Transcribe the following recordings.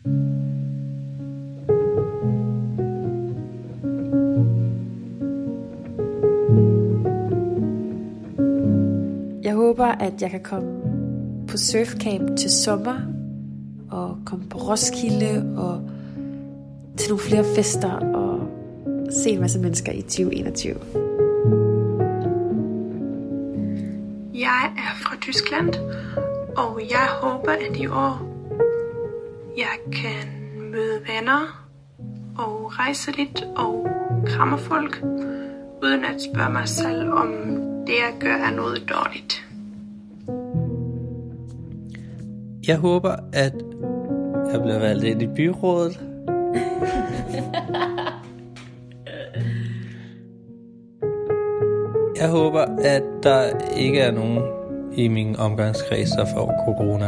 Jeg håber, at jeg kan komme på surfcamp til sommer, og komme på Roskilde, og til nogle flere fester, og se en masse mennesker i 2021. Jeg er fra Tyskland, og jeg håber, at i år jeg kan møde venner og rejse lidt og kramme folk, uden at spørge mig selv, om det jeg gør er noget dårligt. Jeg håber, at jeg bliver valgt ind i byrådet. Jeg håber, at der ikke er nogen i min omgangskreds, der får corona.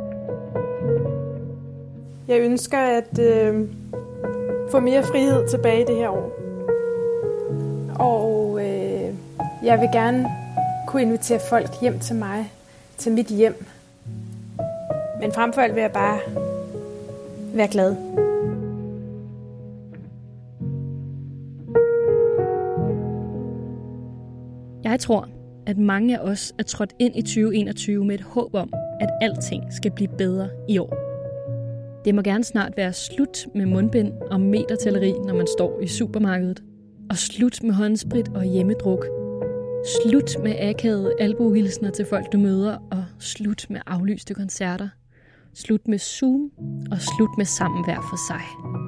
Jeg ønsker at få mere frihed tilbage i det her år. Og jeg vil gerne kunne invitere folk hjem til mig, til mit hjem. Men frem for alt vil jeg bare være glad. Jeg tror, at mange af os er trådt ind i 2021 med et håb om, at alting skal blive bedre i år. Det må gerne snart være slut med mundbind og metertælleri, når man står i supermarkedet. Og slut med håndsprit og hjemmedruk. Slut med akavede albuehilsner til folk, du møder. Og slut med aflyste koncerter. Slut med Zoom og slut med sammenvær for sig.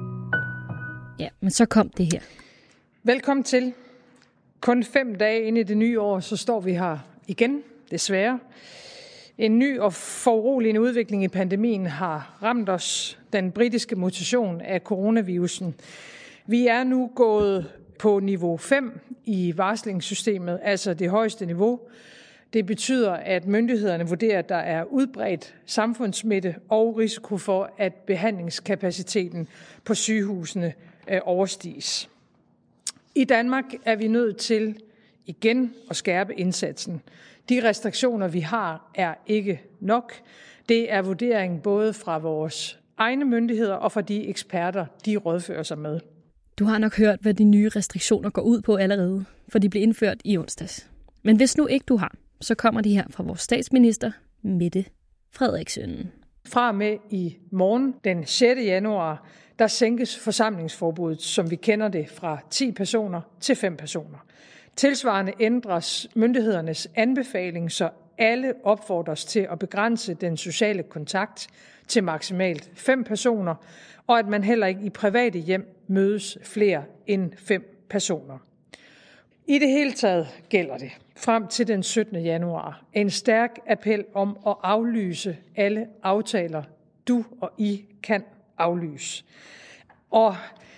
Ja, men så kom det her. Velkommen til. Kun 5 dage inde i det nye år, så står vi her igen, desværre. En ny og foruroligende udvikling i pandemien har ramt os. Den britiske mutation af coronavirusen. Vi er nu gået på niveau 5 i varslingssystemet, altså det højeste niveau. Det betyder, at myndighederne vurderer, at der er udbredt samfundssmitte og risiko for, at behandlingskapaciteten på sygehusene overstiges. I Danmark er vi nødt til igen at skærpe indsatsen. De restriktioner, vi har, er ikke nok. Det er vurderingen både fra vores egne myndigheder og fra de eksperter, de rådfører sig med. Du har nok hørt, hvad de nye restriktioner går ud på allerede, for de blev indført i onsdags. Men hvis nu ikke du har, så kommer de her fra vores statsminister, Mette Frederiksen. Fra og med i morgen, den 6. januar, der sænkes forsamlingsforbuddet, som vi kender det, fra 10 personer til 5 personer. Tilsvarende ændres myndighedernes anbefaling, så alle opfordres til at begrænse den sociale kontakt til maksimalt 5 personer, og at man heller ikke i private hjem mødes flere end 5 personer. I det hele taget gælder det frem til den 17. januar en stærk appel om at aflyse alle aftaler, du og I kan aflyse. Og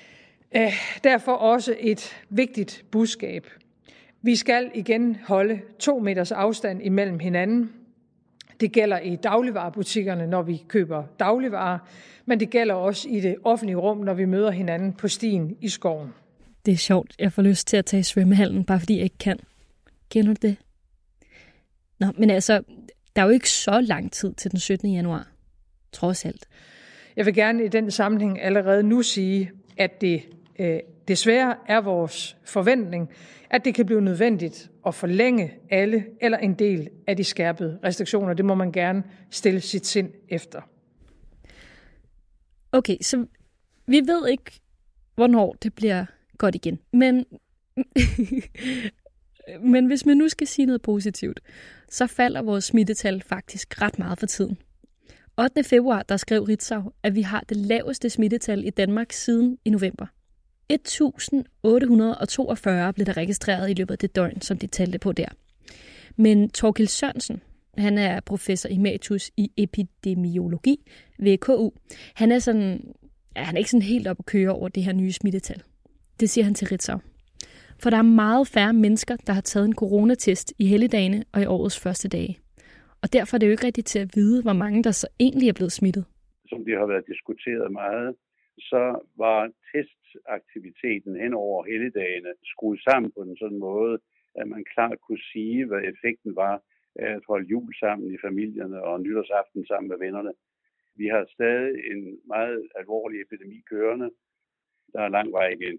derfor også et vigtigt budskab. Vi skal igen holde 2 meters afstand imellem hinanden. Det gælder i dagligvarebutikkerne, når vi køber dagligvarer, men det gælder også i det offentlige rum, når vi møder hinanden på stien i skoven. Det er sjovt, jeg får lyst til at tage i svømmehallen, bare fordi jeg ikke kan. Kender du det? Nå, men altså, der er jo ikke så lang tid til den 17. januar. Trods alt. Jeg vil gerne i den sammenhæng allerede nu sige, at det desværre er vores forventning, at det kan blive nødvendigt at forlænge alle eller en del af de skærpede restriktioner. Det må man gerne stille sit sind efter. Okay, så vi ved ikke, hvornår det bliver godt igen. Men hvis man nu skal sige noget positivt, så falder vores smittetal faktisk ret meget for tiden. 8. februar, der skrev Ritzau, at vi har det laveste smittetal i Danmark siden i november. 1842 blev der registreret i løbet af det døgn, som de talte på der. Men Thorkild Sørensen, han er professor emeritus i epidemiologi ved KU. Han er ikke sådan helt op at køre over det her nye smittetal. Det siger han til Ritzau. For der er meget færre mennesker, der har taget en coronatest i helligdagene og i årets første dage. Og derfor er det jo ikke rigtigt til at vide, hvor mange der så egentlig er blevet smittet. Som det har været diskuteret meget, så var testaktiviteten hen over helligdagene skruet sammen på en sådan måde, at man klart kunne sige, hvad effekten var af at holde jul sammen i familierne og nytårsaften sammen med vennerne. Vi har stadig en meget alvorlig epidemi kørende. Der er lang vej igen,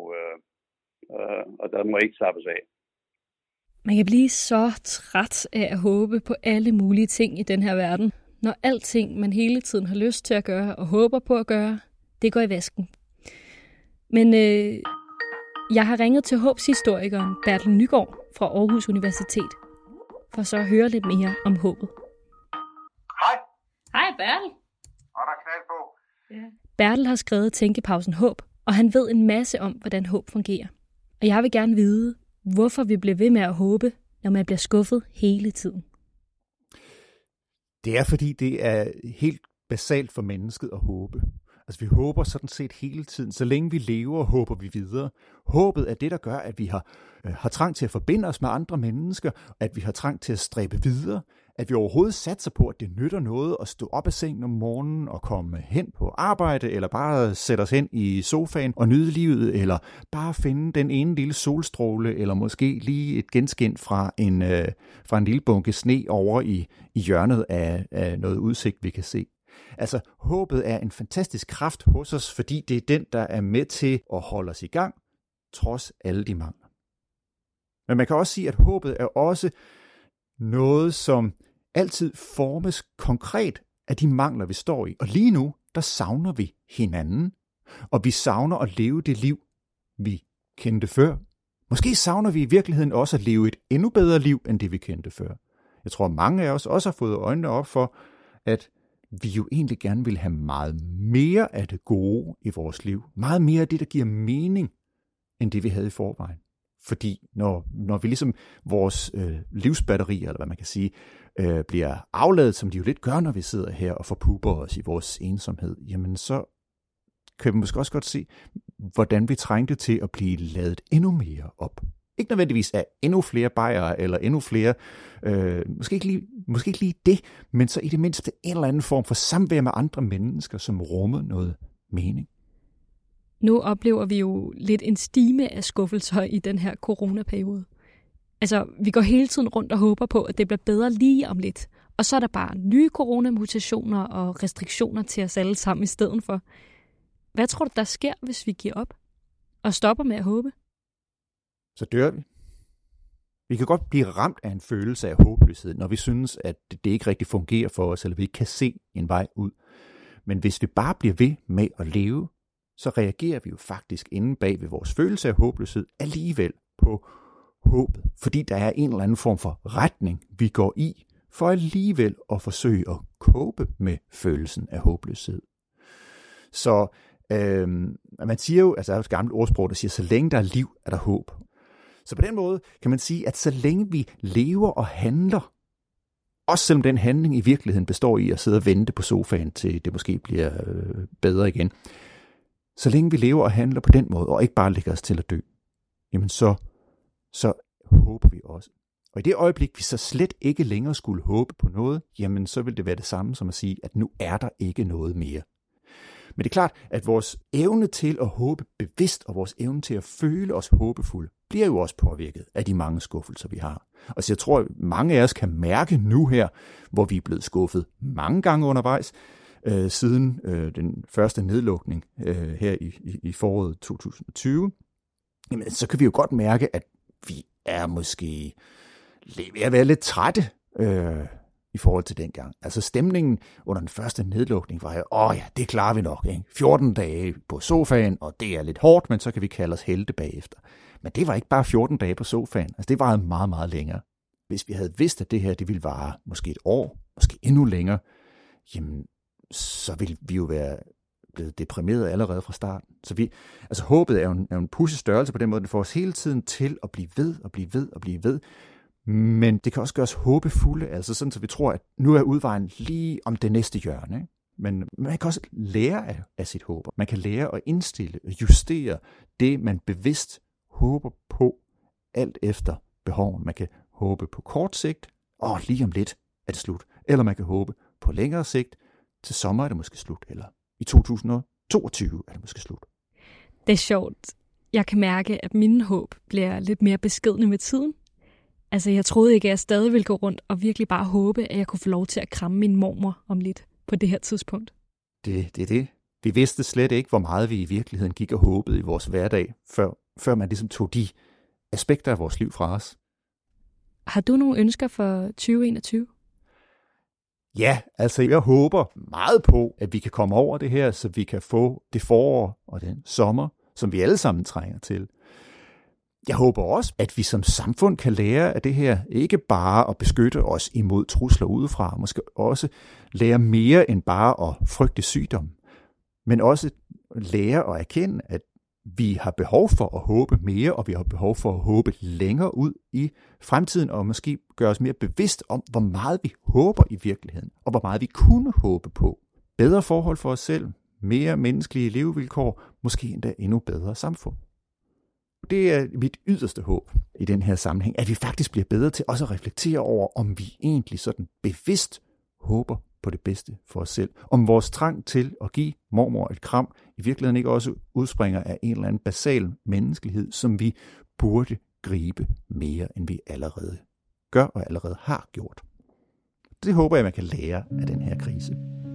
og der må ikke slappes af. Man kan blive så træt af at håbe på alle mulige ting i den her verden, når alting, man hele tiden har lyst til at gøre og håber på at gøre, det går i vasken. Men jeg har ringet til håbshistorikeren Bertel Nygaard fra Aarhus Universitet, for så at høre lidt mere om håbet. Hej. Hej Bertel. Og der er knald på. Ja. Bertel har skrevet Tænkepausen Håb, og han ved en masse om, hvordan håb fungerer. Og jeg vil gerne vide, hvorfor vi bliver ved med at håbe, når man bliver skuffet hele tiden. Det er fordi, det er helt basalt for mennesket at håbe. Altså vi håber sådan set hele tiden. Så længe vi lever, håber vi videre. Håbet er det, der gør, at vi har trang til at forbinde os med andre mennesker, at vi har trang til at stræbe videre, at vi overhovedet satser på, at det nytter noget at stå op af sengen om morgenen og komme hen på arbejde, eller bare sætte os hen i sofaen og nyde livet, eller bare finde den ene lille solstråle, eller måske lige et genskin fra en lille bunke sne over i hjørnet af noget udsigt, vi kan se. Altså, håbet er en fantastisk kraft hos os, fordi det er den, der er med til at holde os i gang, trods alle de mangler. Men man kan også sige, at håbet er også noget, som altid formes konkret af de mangler, vi står i. Og lige nu, der savner vi hinanden, og vi savner at leve det liv, vi kendte før. Måske savner vi i virkeligheden også at leve et endnu bedre liv, end det vi kendte før. Jeg tror, mange af os også har fået øjnene op for, at vi jo egentlig gerne vil have meget mere af det gode i vores liv. Meget mere af det, der giver mening, end det vi havde i forvejen. Fordi når vi ligesom vores livsbatterier, eller hvad man kan sige, bliver afladet, som de jo lidt gør, når vi sidder her og forpupper os i vores ensomhed, jamen så kan vi måske også godt se, hvordan vi trængte til at blive ladet endnu mere op. Ikke nødvendigvis af endnu flere bajere, eller endnu flere, måske ikke lige det, men så i det mindste en eller anden form for samvær med andre mennesker, som rummer noget mening. Nu oplever vi jo lidt en stime af skuffelser i den her coronaperiode. Altså, vi går hele tiden rundt og håber på, at det bliver bedre lige om lidt. Og så er der bare nye coronamutationer og restriktioner til os alle sammen i stedet for. Hvad tror du, der sker, hvis vi giver op og stopper med at håbe? Så dør vi. Vi kan godt blive ramt af en følelse af håbløshed, når vi synes, at det ikke rigtig fungerer for os, eller vi ikke kan se en vej ud. Men hvis vi bare bliver ved med at leve, så reagerer vi jo faktisk inde bag ved vores følelse af håbløshed alligevel på håbet. Fordi der er en eller anden form for retning, vi går i, for alligevel at forsøge at cope med følelsen af håbløshed. Så man siger jo, altså der er jo et gammelt ordsprog, der siger, så længe der er liv, er der håb. Så på den måde kan man sige, at så længe vi lever og handler, også selvom den handling i virkeligheden består i at sidde og vente på sofaen, til det måske bliver bedre igen, så længe vi lever og handler på den måde, og ikke bare lægger os til at dø, jamen så håber vi også. Og i det øjeblik, vi så slet ikke længere skulle håbe på noget, jamen så vil det være det samme som at sige, at nu er der ikke noget mere. Men det er klart, at vores evne til at håbe bevidst, og vores evne til at føle os håbefulde, bliver jo også påvirket af de mange skuffelser, vi har. Og så jeg tror, at mange af os kan mærke nu her, hvor vi er blevet skuffet mange gange undervejs, siden den første nedlukning her i foråret 2020, jamen, så kan vi jo godt mærke, at vi er måske ved at være lidt trætte i forhold til dengang. Altså stemningen under den første nedlukning var jo, det klarer vi nok, ikke? 14 dage på sofaen, og det er lidt hårdt, men så kan vi kalde os helte bagefter. Men det var ikke bare 14 dage på sofaen, altså det varede meget, meget længere. Hvis vi havde vidst, at det her det ville vare måske et år, måske endnu længere, jamen så ville vi jo være blevet deprimeret allerede fra starten. Så håbet er jo en pudsig størrelse på den måde, den får os hele tiden til at blive ved og blive ved og blive ved. Men det kan også gøre os håbefulde, altså sådan, så vi tror, at nu er udvejen lige om det næste hjørne. Ikke? Men man kan også lære af sit håb. Man kan lære at indstille og justere det, man bevidst håber på, alt efter behoven. Man kan håbe på kort sigt, lige om lidt er det slut. Eller man kan håbe på længere sigt, til sommer er det måske slut, eller i 2022 er det måske slut. Det er sjovt. Jeg kan mærke, at mine håb bliver lidt mere beskedne med tiden. Altså, jeg troede ikke, at jeg stadig ville gå rundt og virkelig bare håbe, at jeg kunne få lov til at kramme min mormor om lidt. på det her tidspunkt? Det er det. Vi vidste slet ikke, hvor meget vi i virkeligheden gik og håbede i vores hverdag, før man ligesom tog de aspekter af vores liv fra os. Har du nogle ønsker for 2021? Ja, altså jeg håber meget på, at vi kan komme over det her, så vi kan få det forår og den sommer, som vi alle sammen trænger til. Jeg håber også, at vi som samfund kan lære af det her, ikke bare at beskytte os imod trusler udefra, måske også lære mere end bare at frygte sygdom, men også lære at erkende, at vi har behov for at håbe mere, og vi har behov for at håbe længere ud i fremtiden, og måske gøre os mere bevidst om, hvor meget vi håber i virkeligheden, og hvor meget vi kunne håbe på. Bedre forhold for os selv, mere menneskelige levevilkår, måske endda endnu bedre samfund. Det er mit yderste håb i den her sammenhæng, at vi faktisk bliver bedre til også at reflektere over, om vi egentlig sådan bevidst håber på det bedste for os selv. Om vores trang til at give mormor et kram i virkeligheden ikke også udspringer af en eller anden basal menneskelighed, som vi burde gribe mere, end vi allerede gør og allerede har gjort. Det håber jeg, man kan lære af den her krise.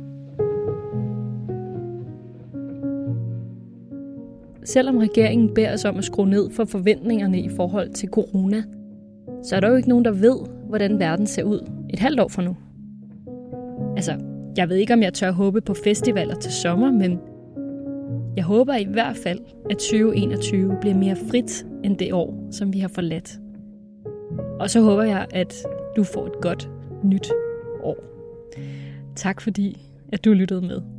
Selvom regeringen beder os om at skrue ned for forventningerne i forhold til corona, så er der jo ikke nogen, der ved, hvordan verden ser ud et halvt år fra nu. Altså, jeg ved ikke, om jeg tør håbe på festivaler til sommer, men jeg håber i hvert fald, at 2021 bliver mere frit end det år, som vi har forladt. Og så håber jeg, at du får et godt nyt år. Tak fordi, at du lyttede med.